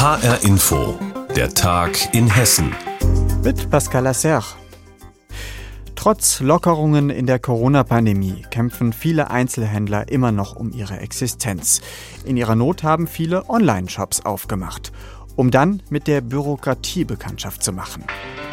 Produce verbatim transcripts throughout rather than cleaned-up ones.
H R Info, der Tag in Hessen. Mit Pascal Lasser. Trotz Lockerungen in der Corona-Pandemie kämpfen viele Einzelhändler immer noch um ihre Existenz. In ihrer Not haben viele Online-Shops aufgemacht, um dann mit der Bürokratie Bekanntschaft zu machen.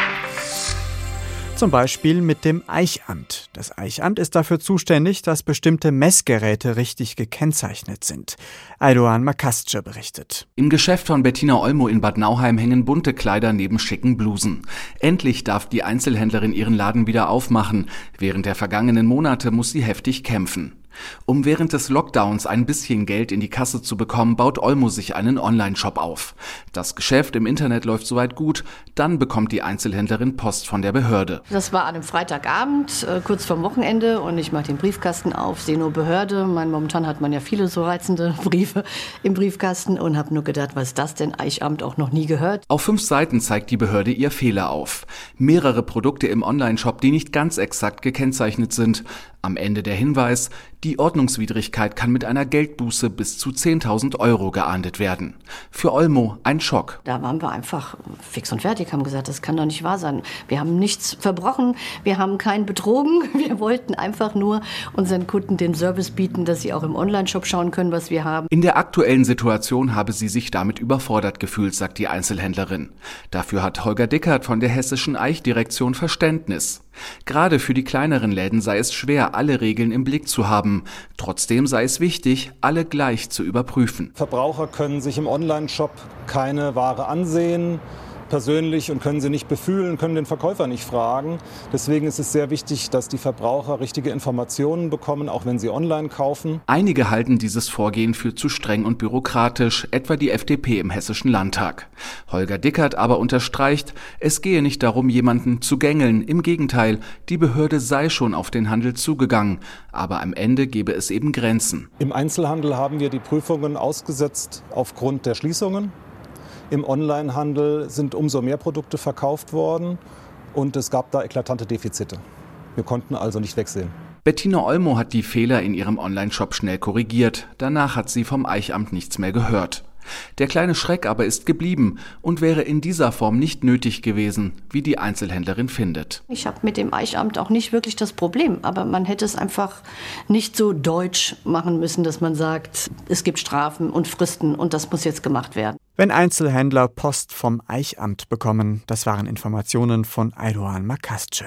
Zum Beispiel mit dem Eichamt. Das Eichamt ist dafür zuständig, dass bestimmte Messgeräte richtig gekennzeichnet sind. Aydoğan Makasce berichtet. Im Geschäft von Bettina Olmo in Bad Nauheim hängen bunte Kleider neben schicken Blusen. Endlich darf die Einzelhändlerin ihren Laden wieder aufmachen. Während der vergangenen Monate muss sie heftig kämpfen. Um während des Lockdowns ein bisschen Geld in die Kasse zu bekommen, baut Olmo sich einen Online-Shop auf. Das Geschäft im Internet läuft soweit gut, dann bekommt die Einzelhändlerin Post von der Behörde. Das war an einem Freitagabend, äh, kurz vorm Wochenende, und ich mache den Briefkasten auf, sehe nur Behörde. Mein, momentan hat man ja viele so reizende Briefe im Briefkasten und habe nur gedacht, was ist das denn? Eichamt auch noch nie gehört. Auf fünf Seiten zeigt die Behörde ihr Fehler auf. Mehrere Produkte im Online-Shop, die nicht ganz exakt gekennzeichnet sind. Am Ende der Hinweis: Die Ordnungswidrigkeit kann mit einer Geldbuße bis zu zehntausend Euro geahndet werden. Für Olmo ein Schock. Da waren wir einfach fix und fertig, haben gesagt, das kann doch nicht wahr sein. Wir haben nichts verbrochen, wir haben keinen betrogen. Wir wollten einfach nur unseren Kunden den Service bieten, dass sie auch im Online-Shop schauen können, was wir haben. In der aktuellen Situation habe sie sich damit überfordert gefühlt, sagt die Einzelhändlerin. Dafür hat Holger Dickert von der Hessischen Eichdirektion Verständnis. Gerade für die kleineren Läden sei es schwer, alle Regeln im Blick zu haben. Trotzdem sei es wichtig, alle gleich zu überprüfen. Verbraucher können sich im Online-Shop keine Ware ansehen, persönlich, und können sie nicht befühlen, können den Verkäufer nicht fragen. Deswegen ist es sehr wichtig, dass die Verbraucher richtige Informationen bekommen, auch wenn sie online kaufen. Einige halten dieses Vorgehen für zu streng und bürokratisch, etwa die F D P im Hessischen Landtag. Holger Dickert aber unterstreicht, es gehe nicht darum, jemanden zu gängeln. Im Gegenteil, die Behörde sei schon auf den Handel zugegangen. Aber am Ende gebe es eben Grenzen. Im Einzelhandel haben wir die Prüfungen ausgesetzt aufgrund der Schließungen. Im Onlinehandel sind umso mehr Produkte verkauft worden und es gab da eklatante Defizite. Wir konnten also nicht wegsehen. Bettina Olmo hat die Fehler in ihrem Online-Shop schnell korrigiert. Danach hat sie vom Eichamt nichts mehr gehört. Der kleine Schreck aber ist geblieben und wäre in dieser Form nicht nötig gewesen, wie die Einzelhändlerin findet. Ich habe mit dem Eichamt auch nicht wirklich das Problem, aber man hätte es einfach nicht so deutsch machen müssen, dass man sagt, es gibt Strafen und Fristen und das muss jetzt gemacht werden. Wenn Einzelhändler Post vom Eichamt bekommen, das waren Informationen von Aydoğan Makasce.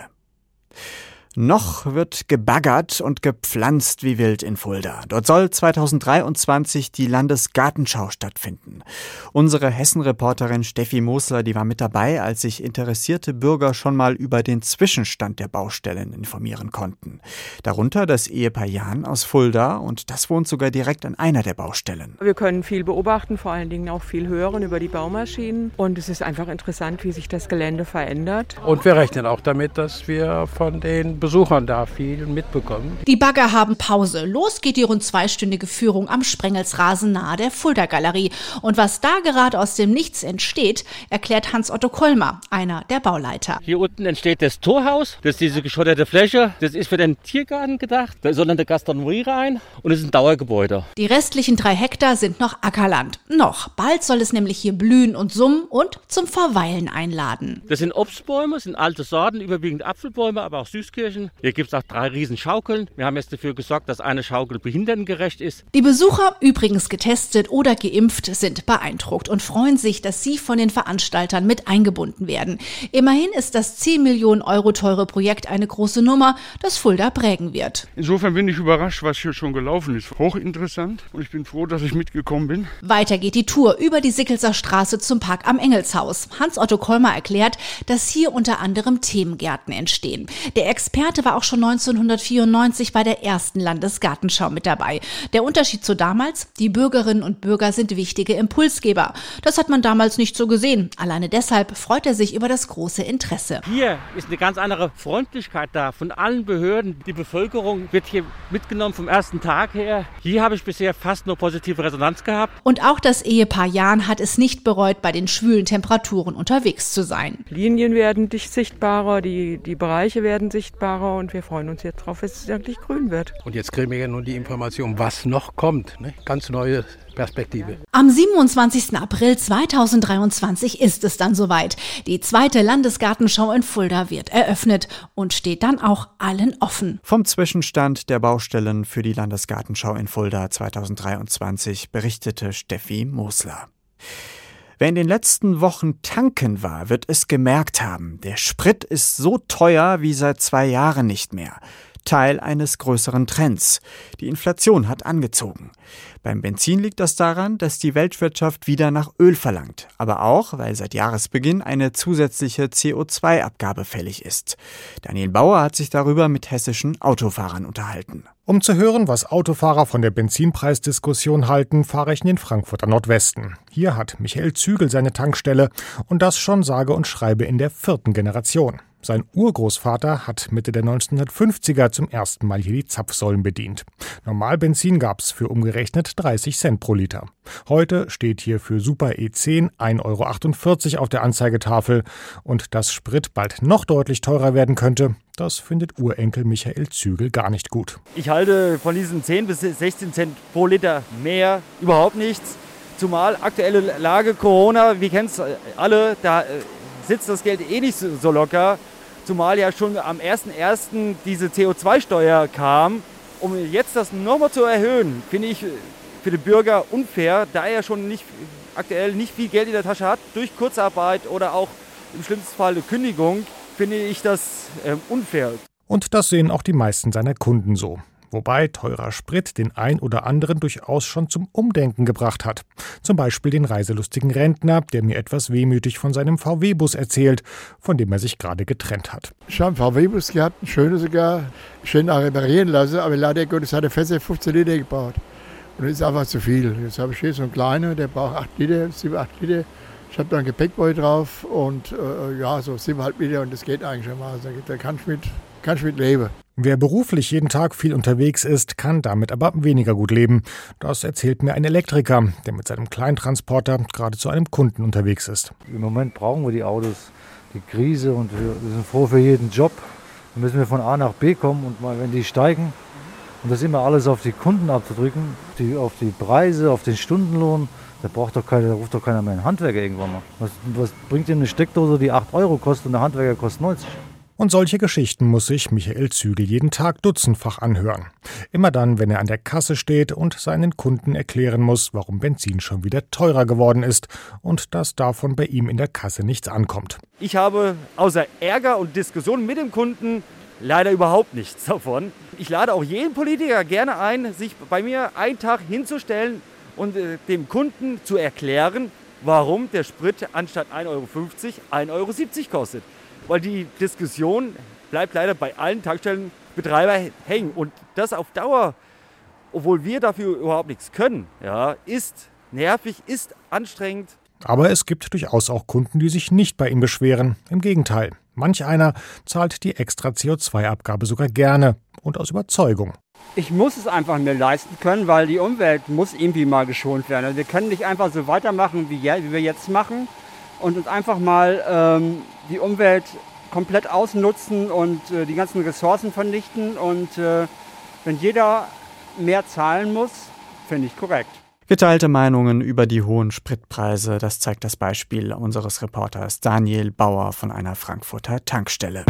Noch wird gebaggert und gepflanzt wie wild in Fulda. Dort soll zweitausenddreiundzwanzig die Landesgartenschau stattfinden. Unsere Hessen-Reporterin Steffi Mosler, die war mit dabei, als sich interessierte Bürger schon mal über den Zwischenstand der Baustellen informieren konnten. Darunter das Ehepaar Jahn aus Fulda, und das wohnt sogar direkt an einer der Baustellen. Wir können viel beobachten, vor allen Dingen auch viel hören über die Baumaschinen. Und es ist einfach interessant, wie sich das Gelände verändert. Und wir rechnen auch damit, dass wir von den Besuchern da viel mitbekommen. Die Bagger haben Pause. Los geht die rund zweistündige Führung am Sprengelsrasen nahe der Fulda-Galerie. Und was da gerade aus dem Nichts entsteht, erklärt Hans-Otto Kollmer, einer der Bauleiter. Hier unten entsteht das Torhaus, das ist diese geschotterte Fläche. Das ist für den Tiergarten gedacht. Da soll dann eine Gastronomie rein und es ist ein Dauergebäude. Die restlichen drei Hektar sind noch Ackerland. Noch. Bald soll es nämlich hier blühen und summen und zum Verweilen einladen. Das sind Obstbäume, das sind alte Sorten, überwiegend Apfelbäume, aber auch Süßkirschen. Hier gibt es auch drei riesen Schaukeln. Wir haben jetzt dafür gesorgt, dass eine Schaukel behindertengerecht ist. Die Besucher, übrigens getestet oder geimpft, sind beeindruckt und freuen sich, dass sie von den Veranstaltern mit eingebunden werden. Immerhin ist das zehn Millionen Euro teure Projekt eine große Nummer, das Fulda prägen wird. Insofern bin ich überrascht, was hier schon gelaufen ist. Hochinteressant, und ich bin froh, dass ich mitgekommen bin. Weiter geht die Tour über die Sickelser Straße zum Park am Engelshaus. Hans-Otto Kollmer erklärt, dass hier unter anderem Themengärten entstehen. Der Experte war auch schon neunzehnhundertvierundneunzig bei der ersten Landesgartenschau mit dabei. Der Unterschied zu damals: Die Bürgerinnen und Bürger sind wichtige Impulsgeber. Das hat man damals nicht so gesehen. Alleine deshalb freut er sich über das große Interesse. Hier ist eine ganz andere Freundlichkeit da von allen Behörden. Die Bevölkerung wird hier mitgenommen vom ersten Tag her. Hier habe ich bisher fast nur positive Resonanz gehabt. Und auch das Ehepaar Jahn hat es nicht bereut, bei den schwülen Temperaturen unterwegs zu sein. Linien werden dicht sichtbarer, die, die Bereiche werden sichtbar. Autofahrer und wir freuen uns jetzt drauf, dass es wirklich grün wird. Und jetzt kriegen wir ja nun die Information, was noch kommt. Ne? Ganz neue Perspektive. Am siebenundzwanzigsten April zweitausenddreiundzwanzig ist es dann soweit. Die zweite Landesgartenschau in Fulda wird eröffnet und steht dann auch allen offen. Vom Zwischenstand der Baustellen für die Landesgartenschau in Fulda zweitausenddreiundzwanzig berichtete Steffi Mosler. Wer in den letzten Wochen tanken war, wird es gemerkt haben. Der Sprit ist so teuer wie seit zwei Jahren nicht mehr. Teil eines größeren Trends. Die Inflation hat angezogen. Beim Benzin liegt das daran, dass die Weltwirtschaft wieder nach Öl verlangt. Aber auch, weil seit Jahresbeginn eine zusätzliche C O zwei Abgabe fällig ist. Daniel Bauer hat sich darüber mit hessischen Autofahrern unterhalten. Um zu hören, was Autofahrer von der Benzinpreisdiskussion halten, fahre ich in den Frankfurter Nordwesten. Hier hat Michael Zügel seine Tankstelle und das schon sage und schreibe in der vierten Generation. Sein Urgroßvater hat Mitte der neunzehnhundertfünfziger zum ersten Mal hier die Zapfsäulen bedient. Normalbenzin gab's für umgerechnet dreißig Cent pro Liter. Heute steht hier für Super E zehn ein Euro achtundvierzig auf der Anzeigetafel. Und dass Sprit bald noch deutlich teurer werden könnte, das findet Urenkel Michael Zügel gar nicht gut. Ich halte von diesen zehn bis sechzehn Cent pro Liter mehr überhaupt nichts. Zumal aktuelle Lage Corona, wir kennen es alle, da sitzt das Geld eh nicht so locker. Zumal ja schon am ersten ersten diese C O zwei Steuer kam. Um jetzt das nochmal zu erhöhen, finde ich für den Bürger unfair, da er schon nicht, aktuell nicht viel Geld in der Tasche hat, durch Kurzarbeit oder auch im schlimmsten Fall eine Kündigung, finde ich das äh, unfair. Und das sehen auch die meisten seiner Kunden so. Wobei teurer Sprit den ein oder anderen durchaus schon zum Umdenken gebracht hat. Zum Beispiel den reiselustigen Rentner, der mir etwas wehmütig von seinem V W-Bus erzählt, von dem er sich gerade getrennt hat. Ich habe einen V W-Bus gehabt, einen schönen sogar, schön auch reparieren lassen, aber leider Gottes hat er fest fünfzehn Liter gebaut. Und das ist einfach zu viel. Jetzt habe ich hier so einen kleinen, der braucht acht Liter, sieben, acht Liter. Ich habe da einen Gepäckbeutel drauf und äh, ja, so sieben Komma fünf Liter und das geht eigentlich schon mal. Also, da kann ich mit, kann ich mit leben. Wer beruflich jeden Tag viel unterwegs ist, kann damit aber weniger gut leben. Das erzählt mir ein Elektriker, der mit seinem Kleintransporter gerade zu einem Kunden unterwegs ist. Im Moment brauchen wir die Autos, die Krise, und wir sind froh für jeden Job. Dann müssen wir von A nach B kommen und mal, wenn die steigen, und das immer alles auf die Kunden abzudrücken, die, auf die Preise, auf den Stundenlohn, da braucht doch keiner, da ruft doch keiner mehr einen Handwerker irgendwann mal. Was, was bringt ihm eine Steckdose, die acht Euro kostet und der Handwerker kostet neunzig? Und solche Geschichten muss sich Michael Zügel jeden Tag dutzendfach anhören. Immer dann, wenn er an der Kasse steht und seinen Kunden erklären muss, warum Benzin schon wieder teurer geworden ist und dass davon bei ihm in der Kasse nichts ankommt. Ich habe außer Ärger und Diskussionen mit dem Kunden leider überhaupt nichts davon. Ich lade auch jeden Politiker gerne ein, sich bei mir einen Tag hinzustellen und äh, dem Kunden zu erklären, warum der Sprit anstatt ein Euro fünfzig ein Euro siebzig kostet. Weil die Diskussion bleibt leider bei allen Tankstellenbetreibern hängen. Und das auf Dauer, obwohl wir dafür überhaupt nichts können, ja, ist nervig, ist anstrengend. Aber es gibt durchaus auch Kunden, die sich nicht bei ihm beschweren. Im Gegenteil, manch einer zahlt die extra C O zwei Abgabe sogar gerne und aus Überzeugung. Ich muss es einfach mir leisten können, weil die Umwelt muss irgendwie mal geschont werden. Also wir können nicht einfach so weitermachen, wie wir jetzt machen. Und uns einfach mal ähm, die Umwelt komplett ausnutzen und äh, die ganzen Ressourcen vernichten. Und äh, wenn jeder mehr zahlen muss, finde ich korrekt. Geteilte Meinungen über die hohen Spritpreise, das zeigt das Beispiel unseres Reporters Daniel Bauer von einer Frankfurter Tankstelle.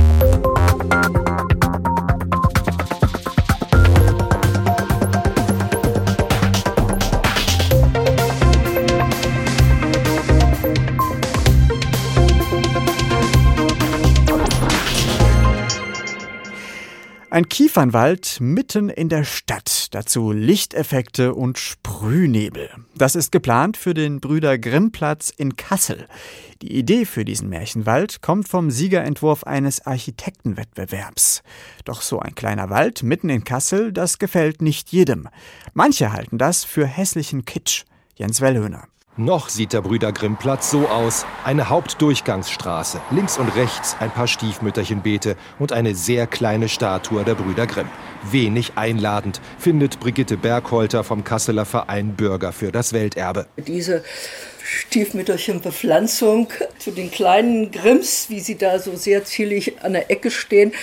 Ein Kiefernwald mitten in der Stadt, dazu Lichteffekte und Sprühnebel. Das ist geplant für den Brüder-Grimm-Platz in Kassel. Die Idee für diesen Märchenwald kommt vom Siegerentwurf eines Architektenwettbewerbs. Doch so ein kleiner Wald mitten in Kassel, das gefällt nicht jedem. Manche halten das für hässlichen Kitsch. Jens Wellhöhner. Noch sieht der Brüder-Grimm-Platz so aus. Eine Hauptdurchgangsstraße. Links und rechts ein paar Stiefmütterchenbeete und eine sehr kleine Statue der Brüder Grimm. Wenig einladend, findet Brigitte Bergholter vom Kasseler Verein Bürger für das Welterbe. Diese Stiefmütterchenbepflanzung zu den kleinen Grimms, wie sie da so sehr zierlich an der Ecke stehen,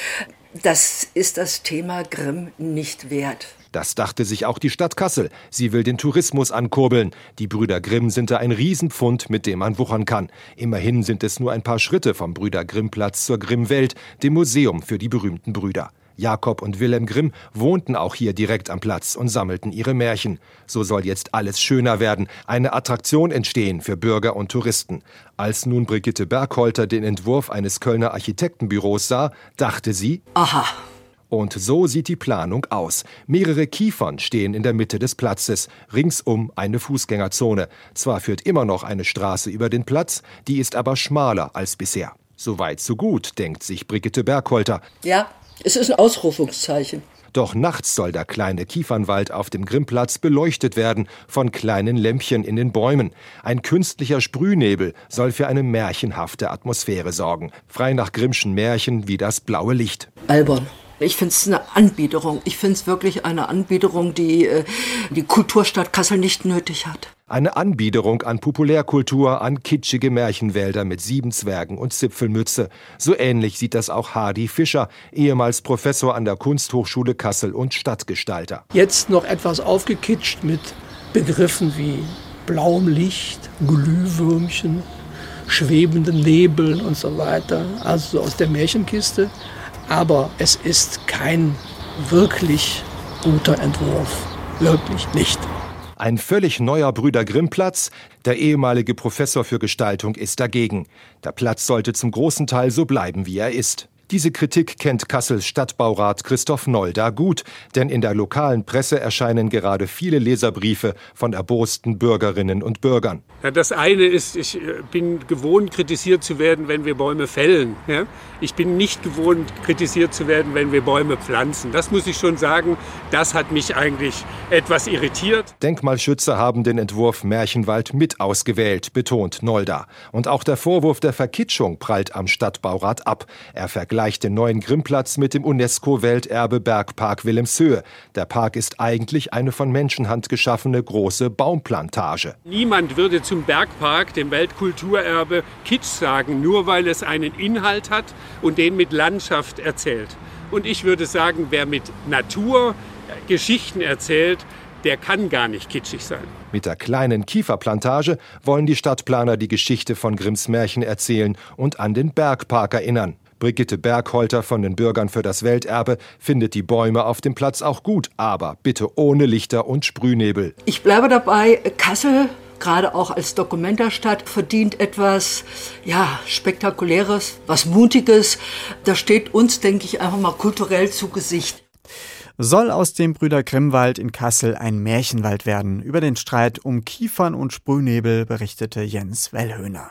das ist das Thema Grimm nicht wert. Das dachte sich auch die Stadt Kassel. Sie will den Tourismus ankurbeln. Die Brüder Grimm sind da ein Riesenpfund, mit dem man wuchern kann. Immerhin sind es nur ein paar Schritte vom Brüder-Grimm-Platz zur Grimm-Welt, dem Museum für die berühmten Brüder. Jakob und Wilhelm Grimm wohnten auch hier direkt am Platz und sammelten ihre Märchen. So soll jetzt alles schöner werden, eine Attraktion entstehen für Bürger und Touristen. Als nun Brigitte Bergholter den Entwurf eines Kölner Architektenbüros sah, dachte sie: Aha. Und so sieht die Planung aus. Mehrere Kiefern stehen in der Mitte des Platzes, ringsum eine Fußgängerzone. Zwar führt immer noch eine Straße über den Platz, die ist aber schmaler als bisher. So weit, so gut, denkt sich Brigitte Bergholter. Ja, es ist ein Ausrufungszeichen. Doch nachts soll der kleine Kiefernwald auf dem Grimmplatz beleuchtet werden von kleinen Lämpchen in den Bäumen. Ein künstlicher Sprühnebel soll für eine märchenhafte Atmosphäre sorgen. Frei nach Grimmschen Märchen wie das blaue Licht. Albern. Ich finde es eine Anbiederung. Ich finde es wirklich eine Anbiederung, die äh, die Kulturstadt Kassel nicht nötig hat. Eine Anbiederung an Populärkultur, an kitschige Märchenwälder mit sieben Zwergen und Zipfelmütze. So ähnlich sieht das auch Hardy Fischer, ehemals Professor an der Kunsthochschule Kassel und Stadtgestalter. Jetzt noch etwas aufgekitscht mit Begriffen wie blauem Licht, Glühwürmchen, schwebenden Nebeln und so weiter. Also aus der Märchenkiste. Aber es ist kein wirklich guter Entwurf. Wirklich nicht. Ein völlig neuer Brüder-Grimm-Platz? Der ehemalige Professor für Gestaltung ist dagegen. Der Platz sollte zum großen Teil so bleiben, wie er ist. Diese Kritik kennt Kassels Stadtbaurat Christoph Nolda gut, denn in der lokalen Presse erscheinen gerade viele Leserbriefe von erbosten Bürgerinnen und Bürgern. Ja, das eine ist, ich bin gewohnt, kritisiert zu werden, wenn wir Bäume fällen. Ja? Ich bin nicht gewohnt, kritisiert zu werden, wenn wir Bäume pflanzen. Das muss ich schon sagen, das hat mich eigentlich etwas irritiert. Denkmalschützer haben den Entwurf Märchenwald mit ausgewählt, betont Nolda. Und auch der Vorwurf der Verkitschung prallt am Stadtbaurat ab. Er vergleicht den neuen Grimmplatz mit dem UNESCO-Welterbe Bergpark Wilhelmshöhe. Der Park ist eigentlich eine von Menschenhand geschaffene große Baumplantage. Niemand würde zum Bergpark, dem Weltkulturerbe, Kitsch sagen, nur weil es einen Inhalt hat und den mit Landschaft erzählt. Und ich würde sagen, wer mit Natur Geschichten erzählt, der kann gar nicht kitschig sein. Mit der kleinen Kieferplantage wollen die Stadtplaner die Geschichte von Grimms Märchen erzählen und an den Bergpark erinnern. Brigitte Bergholter von den Bürgern für das Welterbe findet die Bäume auf dem Platz auch gut, aber bitte ohne Lichter und Sprühnebel. Ich bleibe dabei, Kassel, gerade auch als Dokumentarstadt, verdient etwas ja, Spektakuläres, was Mutiges. Das steht uns, denke ich, einfach mal kulturell zu Gesicht. Soll aus dem Brüder-Grimm-Wald in Kassel ein Märchenwald werden? Über den Streit um Kiefern und Sprühnebel berichtete Jens Wellhöhner.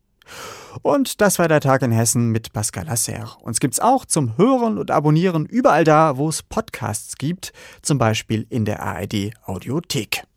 Und das war der Tag in Hessen mit Pascal Lasserre. Uns gibt's auch zum Hören und Abonnieren überall da, wo es Podcasts gibt, zum Beispiel in der A R D Audiothek.